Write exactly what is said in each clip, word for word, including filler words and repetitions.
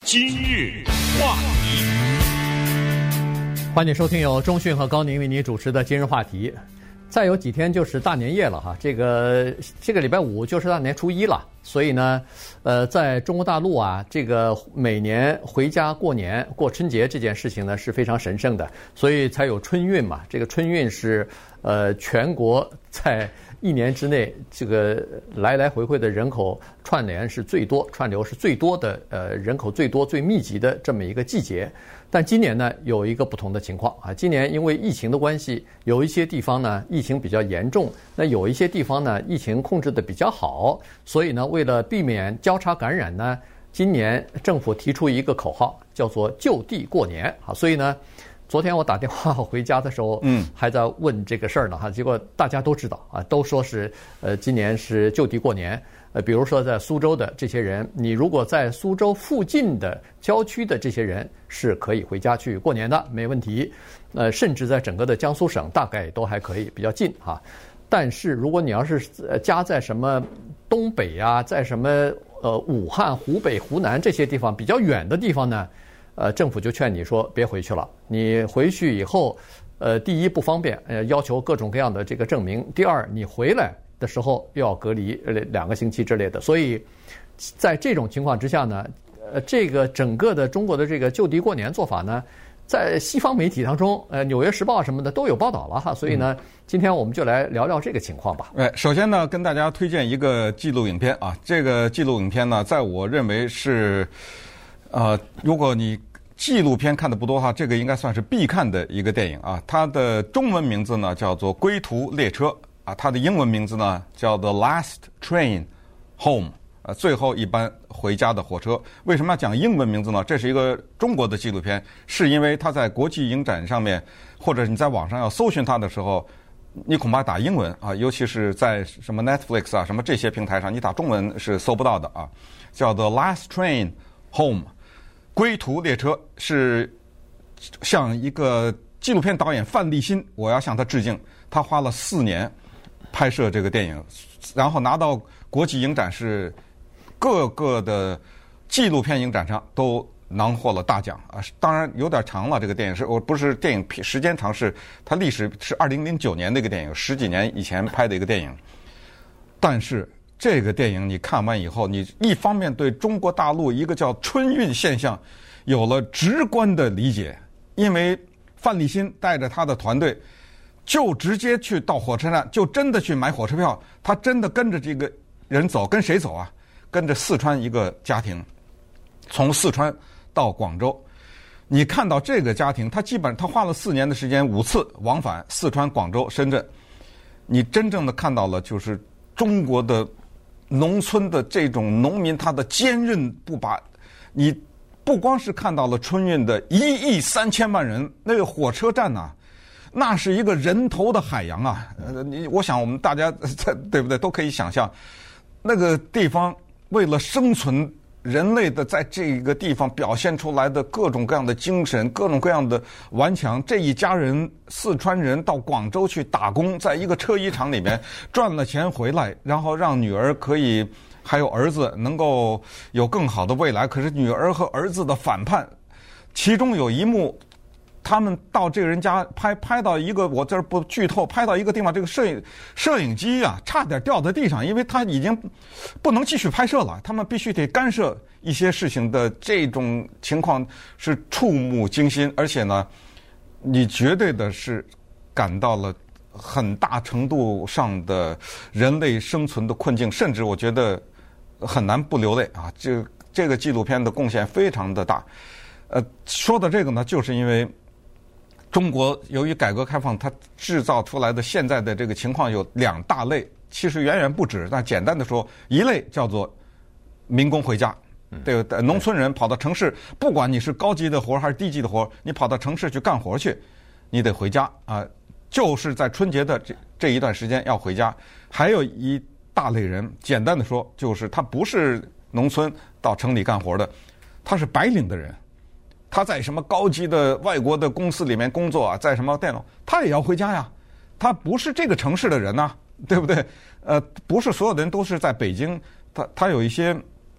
今日话题， 欢迎收听由钟讯和高宁为您主持的今日话题。再有几天就是大年夜了哈，这个这个礼拜五就是大年初一了，所以呢，呃，在中国大陆啊，这个每年回家过年、过春节这件事情呢是非常神圣的，所以才有春运嘛。这个春运是呃全国在一年之内这个来来回回的人口串联是最多、串流是最多的，呃，人口最多、最密集的这么一个季节。但今年呢，有一个不同的情况啊。今年因为疫情的关系，有一些地方呢疫情比较严重，那有一些地方呢疫情控制的比较好，所以呢，为了避免交叉感染呢，今年政府提出一个口号，叫做“就地过年”啊。所以呢，昨天我打电话回家的时候，嗯，还在问这个事儿呢哈。结果大家都知道啊，都说是呃，今年是就地过年。呃，比如说在苏州的这些人，你如果在苏州附近的郊区的这些人是可以回家去过年的，没问题。呃，甚至在整个的江苏省大概都还可以，比较近哈。但是如果你要是呃家在什么东北啊，在什么呃武汉、湖北、湖南这些地方比较远的地方呢，呃，政府就劝你说别回去了。你回去以后，呃，第一不方便，呃，要求各种各样的这个证明；第二，你回来的时候又要隔离呃两个星期之类的。所以在这种情况之下呢，呃，这个整个的中国的这个就地过年做法呢，在西方媒体当中，呃，《纽约时报》什么的都有报道了哈。所以呢，今天我们就来聊聊这个情况吧。 哎，首先呢，跟大家推荐一个纪录影片啊。这个纪录影片呢，在我认为是，呃，如果你纪录片看的不多哈，这个应该算是必看的一个电影啊。它的中文名字呢叫做《归途列车》啊，它的英文名字呢叫 The Last Train Home， 呃，最后一班回家的火车。为什么要讲英文名字呢？这是一个中国的纪录片，是因为它在国际影展上面，或者你在网上要搜寻它的时候，你恐怕打英文啊，尤其是在什么 Netflix 啊什么这些平台上，你打中文是搜不到的啊。叫 The Last Train Home， 归途列车，是向一个纪录片导演范立新，我要向他致敬。他花了四年拍摄这个电影，然后拿到国际影展，是各个的纪录片影展上都囊获了大奖啊！当然有点长了，这个电影是我不是电影时间长，是它历史是二零零九年的一个电影，十几年以前拍的一个电影。但是这个电影你看完以后，你一方面对中国大陆一个叫春运现象有了直观的理解，因为范立新带着他的团队就直接去到火车站，就真的去买火车票，他真的跟着这个人走，跟谁走啊？跟着四川一个家庭，从四川到广州。你看到这个家庭，他基本他花了四年的时间，五次往返四川、广州、深圳。你真正的看到了，就是中国的农村的这种农民他的坚韧不拔。你不光是看到了春运的一亿三千万人，那个火车站呐、啊，那是一个人头的海洋啊！呃，你我想我们大家对不对都可以想象，那个地方为了生存，人类的在这个地方表现出来的各种各样的精神，各种各样的顽强。这一家人，四川人到广州去打工，在一个车衣厂里面赚了钱回来，然后让女儿可以还有儿子能够有更好的未来。可是女儿和儿子的反叛，其中有一幕，他们到这个人家拍拍到一个，我这儿不剧透，拍到一个地方，这个摄影摄影机啊，差点掉在地上，因为他已经不能继续拍摄了，他们必须得干涉一些事情的这种情况是触目惊心，而且呢，你绝对的是感到了很大程度上的人类生存的困境，甚至我觉得很难不流泪啊！这这个纪录片的贡献非常的大。呃，说到这个呢，就是因为中国由于改革开放，它制造出来的现在的这个情况有两大类，其实远远不止。但简单的说，一类叫做民工回家，对吧？农村人跑到城市，不管你是高级的活还是低级的活，你跑到城市去干活去，你得回家啊，就是在春节的这这一段时间要回家。还有一大类人，简单的说，就是他不是农村到城里干活的，他是白领的人。他在什么高级的外国的公司里面工作啊，在什么电脑，他也要回家呀。他不是这个城市的人呐、啊，对不对？呃，不是所有的人都是在北京，他他有一些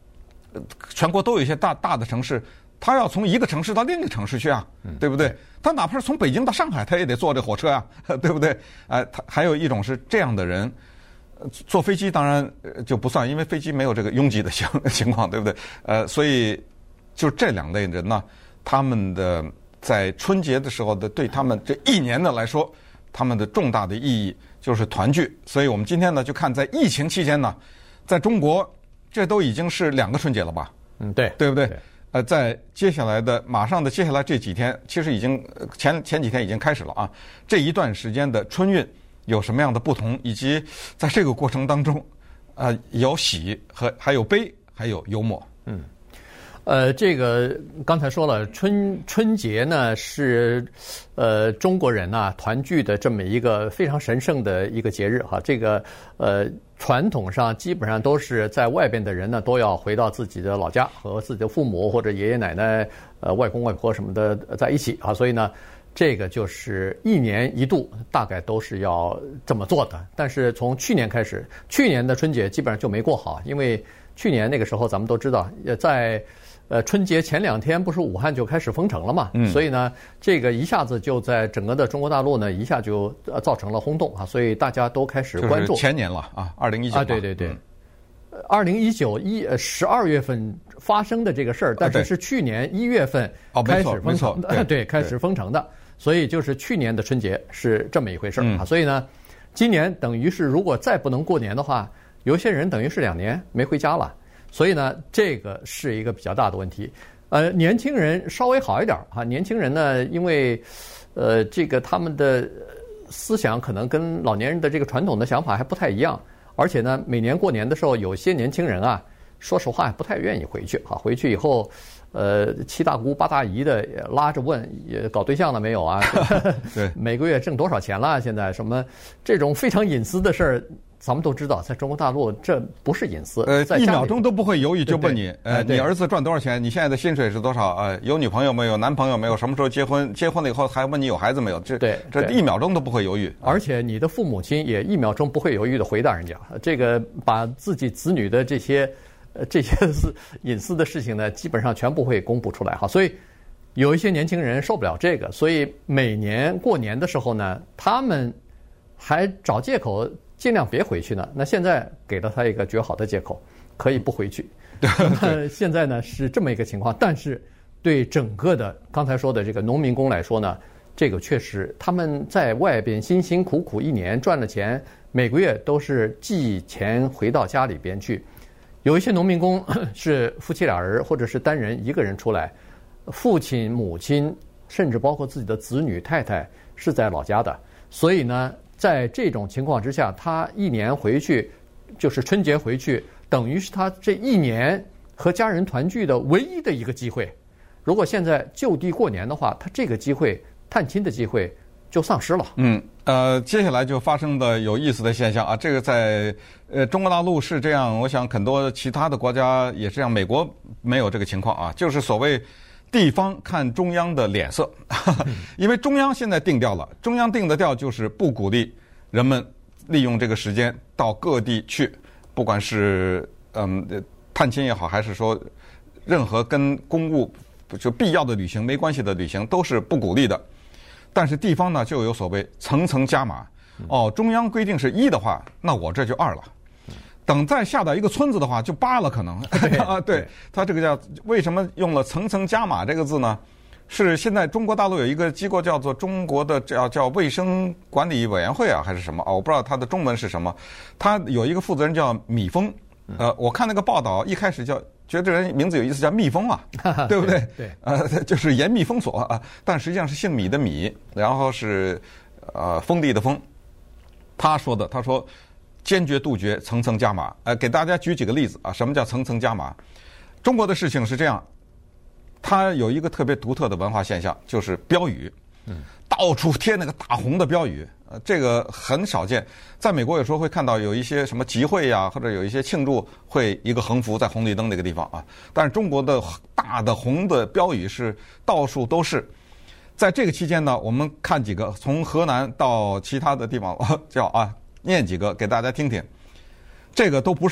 全国都有一些大大的城市，他要从一个城市到另一个城市去啊，对不对？他哪怕是从北京到上海，他也得坐这火车啊，对不对？哎，他还有一种是这样的人，坐飞机当然就不算，因为飞机没有这个拥挤的情情况，对不对？呃，所以就这两类人呢，他们的在春节的时候的对他们这一年的来说，他们的重大的意义就是团聚。所以我们今天呢，就看在疫情期间呢，在中国这都已经是两个春节了吧？ 嗯，对， 对不对？ 对呃，在接下来的马上的接下来这几天，其实已经前前几天已经开始了啊。这一段时间的春运有什么样的不同，以及在这个过程当中，呃，有喜和还有悲，还有幽默。 嗯，呃，这个刚才说了，春春节呢是呃中国人呐、团聚的这么一个非常神圣的一个节日哈。这个呃。传统上基本上都是在外边的人呢，都要回到自己的老家和自己的父母或者爷爷奶奶、呃外公外婆什么的在一起啊，所以呢，这个就是一年一度，大概都是要这么做的。但是从去年开始，去年的春节基本上就没过好，因为去年那个时候咱们都知道，在呃春节前两天不是武汉就开始封城了嘛，嗯、所以呢，这个一下子就在整个的中国大陆呢，一下就呃造成了轰动啊，所以大家都开始关注。 就是前年了啊，二零一九啊，对对对，二零一九一十二月份发生的这个事儿，但是是去年一月份开始封城的，对，开始封城的，所以就是去年的春节是这么一回事儿啊，所以呢，今年等于是如果再不能过年的话，有些人等于是两年没回家了。所以呢，这个是一个比较大的问题。呃，年轻人稍微好一点啊，年轻人呢，因为呃，这个他们的思想可能跟老年人的这个传统的想法还不太一样，而且呢，每年过年的时候，有些年轻人啊，说实话不太愿意回去啊，回去以后，呃，七大姑八大姨的拉着问，也搞对象了没有啊？ 对， 每个月挣多少钱了？现在什么这种非常隐私的事儿。咱们都知道，在中国大陆这不是隐私。 呃，一秒钟都不会犹豫就问你，呃， 你儿子赚多少钱？你现在的薪水是多少？呃，有女朋友没有？男朋友没有？什么时候结婚？结婚了以后还问你有孩子没有？这对， 这一秒钟都不会犹豫。 而且你的父母亲也一秒钟不会犹豫的回答人家，这个把自己子女的这些呃这些隐私的事情呢，基本上全部会公布出来哈。所以有一些年轻人受不了这个，所以每年过年的时候呢，他们还找借口。尽量别回去呢。那现在给了他一个绝好的借口，可以不回去。那现在呢是这么一个情况，但是对整个的刚才说的这个农民工来说呢，这个确实他们在外边辛辛苦苦一年赚了钱，每个月都是寄钱回到家里边去。有一些农民工是夫妻俩人或者是单人一个人出来，父亲、母亲甚至包括自己的子女、太太是在老家的，所以呢。在这种情况之下，他一年回去，就是春节回去，等于是他这一年和家人团聚的唯一的一个机会。如果现在就地过年的话，他这个机会探亲的机会就丧失了。 嗯，呃，接下来就发生的有意思的现象啊，这个在呃中国大陆是这样，我想很多其他的国家也是这样，美国没有这个情况啊，就是所谓。地方看中央的脸色，因为中央现在定调了，中央定的调就是不鼓励人们利用这个时间到各地去，不管是嗯探亲也好，还是说任何跟公务就必要的旅行没关系的旅行，都是不鼓励的。但是地方呢就有所谓层层加码，哦，中央规定是一的话，那我这就二了。等再下到一个村子的话，就八了可能啊。对，它这个叫为什么用了层层加码这个字呢？是现在中国大陆有一个机构叫做中国的叫叫卫生管理委员会啊，还是什么啊？我不知道它的中文是什么。它有一个负责人叫米峰，呃，我看那个报道一开始叫觉得这人名字有意思，叫蜜蜂啊，对不对？ 对， 呃，就是严密封锁啊，但实际上是姓米的米，然后是呃封地的封。他说的，他说。坚决杜绝层层加码。呃，给大家举几个例子啊。什么叫层层加码？中国的事情是这样，它有一个特别独特的文化现象，就是标语，嗯，到处贴那个大红的标语，呃，这个很少见。在美国有时候会看到有一些什么集会呀、啊，或者有一些庆祝会，一个横幅在红绿灯那个地方啊。但是中国的大的红的标语是到处都是。在这个期间呢，我们看几个，从河南到其他的地方叫啊。念几个给大家听听，这个都不是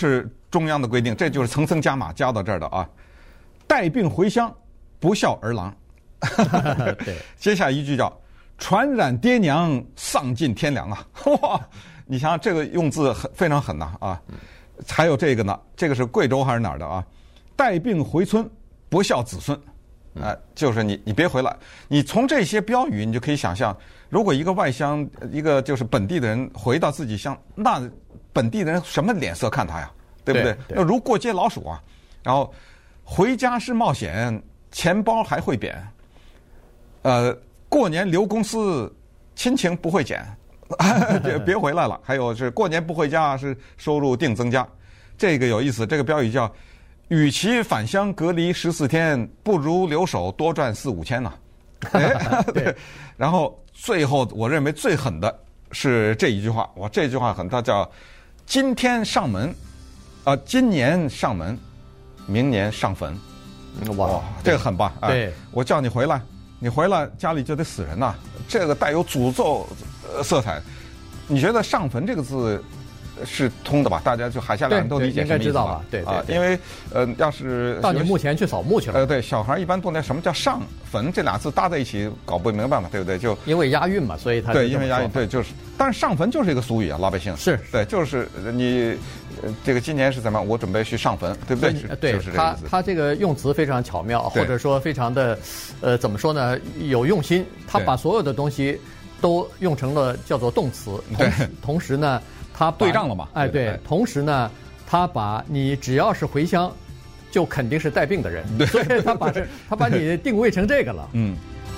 中央的规定，这就是层层加码加到这儿的啊。带病回乡，不孝儿郎。 对， 接下一句叫传染爹娘，丧尽天良啊！哇，你想想这个用字很非常狠呐啊！还有这个呢，这个是贵州还是哪儿的啊？带病回村，不孝子孙。啊、呃，就是你，你别回来。你从这些标语，你就可以想象，如果一个外乡，一个就是本地的人回到自己乡，那本地的人什么脸色看他呀？对不对？ 对对那如过街老鼠啊。然后回家是冒险，钱包还会贬。呃，过年留公司，亲情不会减，别别回来了。还有是过年不回家，是收入定增加。这个有意思，这个标语叫。与其返乡隔离十四天，不如留守多赚四五千呢、啊。哎，对。然后最后，我认为最狠的是这一句话，哇，这句话狠，它叫“今天上门，啊、呃，今年上门，明年上坟”。哇，这个狠吧？ 对、 哎，我叫你回来，你回来家里就得死人呐、啊，这个带有诅咒色彩。你觉得“上坟”这个字？是通的吧？大家就海峡两岸都理解什么意思吧？ 对啊，因为呃，要是到你墓前去扫墓去了。 呃，对，小孩一般不能什么叫上坟这俩字搭在一起搞不明白嘛，对不对？就因为押韵嘛，所以他对，因为押韵，对，就是。但是上坟就是一个俗语啊，老百姓是对，就是你这个今年是怎么样？我准备去上坟，对不对？ 对， 就是这个他他这个用词非常巧妙，或者说非常的呃，怎么说呢？有用心，他把所有的东西都用成了叫做动词，同时同时呢。他对仗了嘛？ 哎，对，对，同时呢，他把你只要是回乡，就肯定是带病的人，所以他把这他把你定位成这个了。 嗯。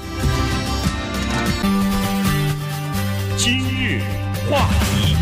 今日话题，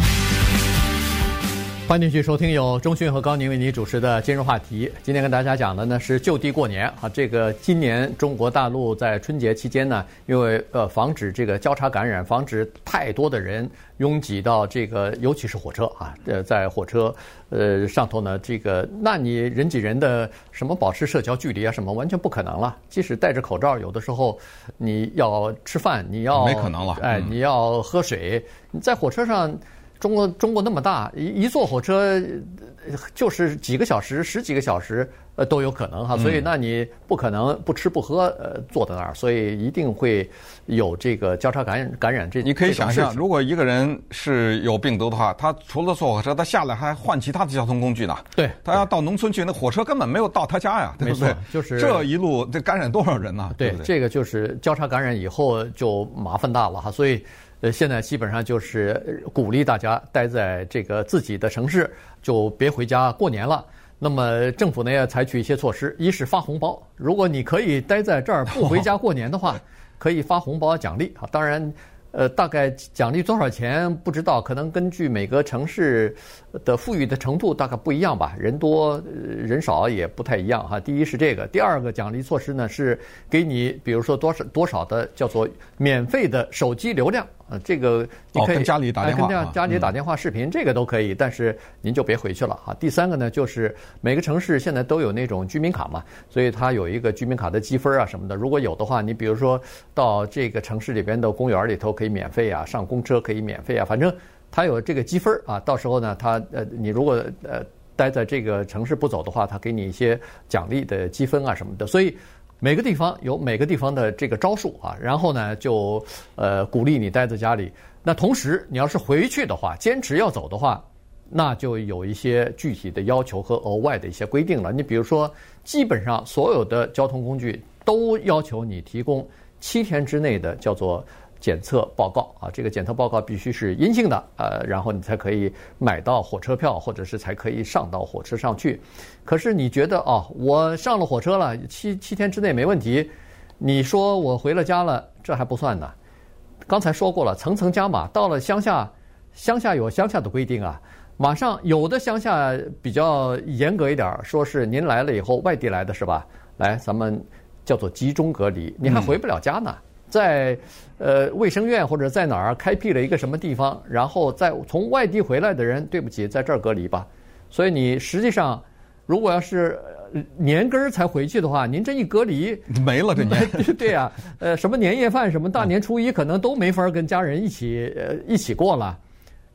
欢迎继续收听由钟迅和高宁为你主持的今日话题。今天跟大家讲的呢是就地过年啊。这个今年中国大陆在春节期间呢，因为呃防止这个交叉感染，防止太多的人拥挤到这个，尤其是火车啊，呃，在火车呃上头呢，这个那你人挤人的什么保持社交距离啊什么，完全不可能了。即使戴着口罩，有的时候你要吃饭，你要没可能了， 哎，你要喝水，你在火车上。中国中国那么大，一一坐火车就是几个小时、十几个小时，呃都有可能哈。所以那你不可能不吃不喝呃坐在那儿，所以一定会有这个交叉感染感染这。 你可以想象，如果一个人是有病毒的话，他除了坐火车，他下来还换其他的交通工具呢。 对， 他要到农村去，那火车根本没有到他家呀，对不对？ 就是这一路这感染多少人呢？ 对， 对不对？ 这个就是交叉感染以后就麻烦大了哈，所以。呃，现在基本上就是鼓励大家待在这个自己的城市，就别回家过年了。那么政府呢要采取一些措施，一是发红包，如果你可以待在这儿不回家过年的话，可以发红包奖励啊。当然，呃，大概奖励多少钱不知道，可能根据每个城市的富裕的程度大概不一样吧，人多人少也不太一样哈。第一是这个，第二个奖励措施呢是给你，比如说多少多少的叫做免费的手机流量。呃，这个你可以、 哦、跟家里打电话， 跟家家里打电话、视频，嗯、这个都可以，但是您就别回去了啊。第三个呢，就是每个城市现在都有那种居民卡嘛，所以它有一个居民卡的积分啊什么的。如果有的话，你比如说到这个城市里边的公园里头可以免费啊，上公车可以免费啊，反正它有这个积分啊。到时候呢，它呃，你如果呃待在这个城市不走的话，它给你一些奖励的积分啊什么的，所以。每个地方有每个地方的这个招数啊，然后呢就呃鼓励你待在家里。那同时你要是回去的话，坚持要走的话，那就有一些具体的要求和额外的一些规定了。你比如说，基本上所有的交通工具都要求你提供七天之内的叫做检测报告啊，这个检测报告必须是阴性的，呃，然后你才可以买到火车票，或者是才可以上到火车上去。可是你觉得哦，我上了火车了，七七天之内没问题，你说我回了家了，这还不算呢。刚才说过了，层层加码，到了乡下，乡下有乡下的规定啊。马上有的乡下比较严格一点，说是您来了以后，外地来的是吧？来，咱们叫做集中隔离，你还回不了家呢。嗯在呃卫生院或者在哪儿开辟了一个什么地方，然后再从外地回来的人，对不起，在这儿隔离吧。所以你实际上，如果要是年根儿才回去的话，您这一隔离没了这年。 对呀、啊，呃，什么年夜饭，什么大年初一，可能都没法跟家人一起呃一起过了。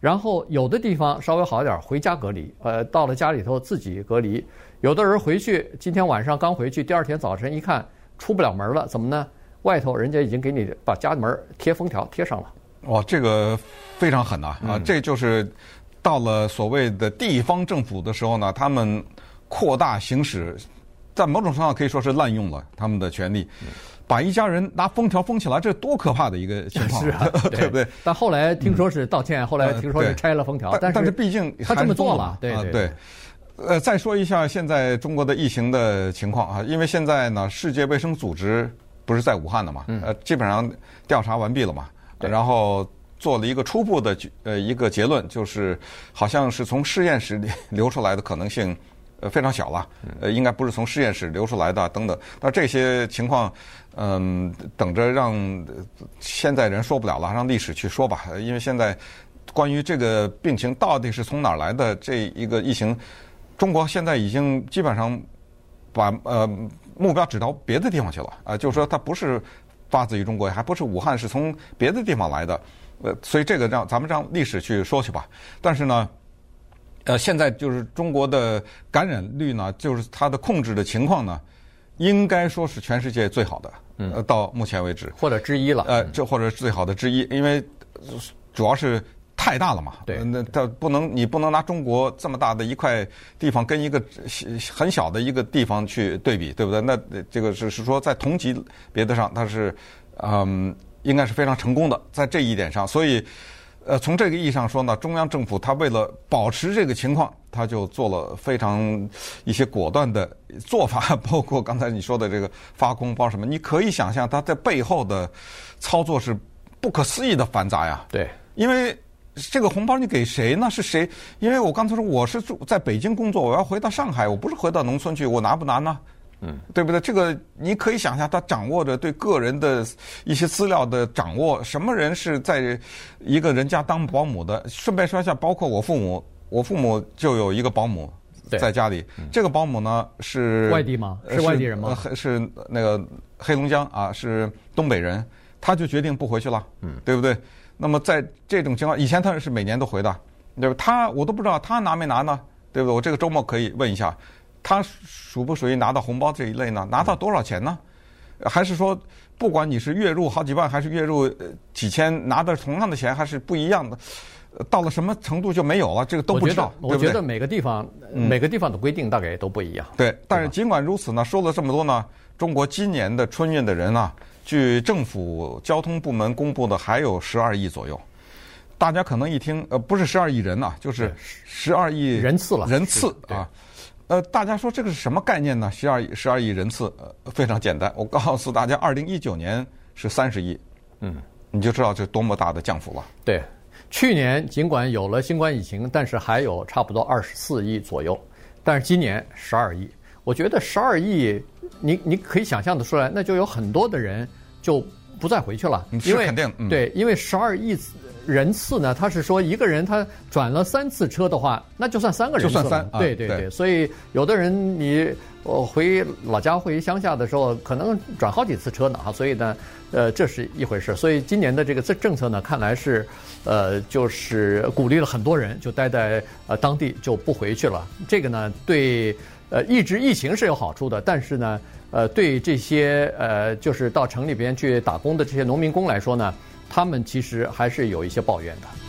然后有的地方稍微好一点，回家隔离，呃，到了家里头自己隔离。有的人回去，今天晚上刚回去，第二天早晨一看出不了门了，怎么呢？外头人家已经给你把家门贴封条贴上了。 哇，这个非常狠啊！啊，这就是到了所谓的地方政府的时候呢，他们扩大行使，在某种程度上可以说是滥用了他们的权利。把一家人拿封条封起来，这多可怕的一个情况， 是啊， 对不对？ 但后来听说是道歉，嗯、后来听说是拆了封条， 呃、 但但是毕竟他这么做了，对对、 啊、对。呃，再说一下现在中国的疫情的情况啊，因为现在呢，世界卫生组织不是在武汉的嘛，嗯、呃，基本上调查完毕了嘛，然后做了一个初步的呃一个结论，就是好像是从实验室里流出来的可能性。呃，非常小了，呃，应该不是从实验室流出来的等等。那这些情况，嗯，等着让现在人说不了了，让历史去说吧。因为现在关于这个病情到底是从哪儿来的这一个疫情，中国现在已经基本上把呃目标指到别的地方去了啊、呃，就是说它不是发自于中国，还不是武汉，是从别的地方来的。呃，所以这个让咱们让历史去说去吧。但是呢。呃，现在就是中国的感染率呢，就是它的控制的情况呢，应该说是全世界最好的，呃，到目前为止， 或者之一了。 呃，这或者是最好的之一，因为主要是太大了嘛。 对， 那它不能，你不能拿中国这么大的一块地方跟一个很小的一个地方去对比，对不对？那这个是是说在同级别的上，它是嗯，应该是非常成功的，在这一点上，所以。呃，从这个意义上说呢，中央政府它为了保持这个情况，它就做了非常一些果断的做法，包括刚才你说的这个发红包什么，你可以想象它在背后的操作是不可思议的繁杂呀。 对， 因为这个红包你给谁呢？是谁？因为我刚才说我是住在北京工作，我要回到上海，我不是回到农村去，我拿不拿呢？嗯，对不对？这个你可以想象，他掌握着对个人的一些资料的掌握，什么人是在一个人家当保姆的？顺便说一下，包括我父母，我父母就有一个保姆在家里。这个保姆呢是外地吗？是外地人吗？ 是, 是那个黑龙江啊，是东北人，他就决定不回去了，嗯，对不对？那么在这种情况，以前他是每年都回的，对吧？他我都不知道他拿没拿呢，对不对？我这个周末可以问一下。他属不属于拿到红包这一类呢？拿到多少钱呢？还是说，不管你是月入好几万，还是月入几千，拿的同样的钱，还是不一样的？到了什么程度就没有了？这个都不知道。 我觉得，我觉得每个地方、嗯、每个地方的规定大概都不一样。 对，但是尽管如此呢，说了这么多呢，中国今年的春运的人啊，据政府交通部门公布的，还有十二亿左右。大家可能一听，呃，不是十二亿人呐、啊，就是十二亿人次了， 人次啊。呃，大家说这个是什么概念呢？十二亿十二亿人次，呃，非常简单。我告诉大家，二零一九年是三十亿，嗯，你就知道这多么大的降幅了。 对，去年尽管有了新冠疫情，但是还有差不多二十四亿左右，但是今年十二亿。我觉得十二亿，你你可以想象得出来，那就有很多的人就不再回去了，因为肯定、嗯、 对，因为十二亿。人次呢？他是说一个人他转了三次车的话，那就算三个人次了。 就算三， 对对对。 对所以有的人你我回老家回乡下的时候，可能转好几次车呢啊。所以呢，呃，这是一回事。所以今年的这个政策呢，看来是呃，就是鼓励了很多人就待在呃当地就不回去了。这个呢，对呃抑制疫情是有好处的，但是呢，呃，对这些呃就是到城里边去打工的这些农民工来说呢。他们其实还是有一些抱怨的。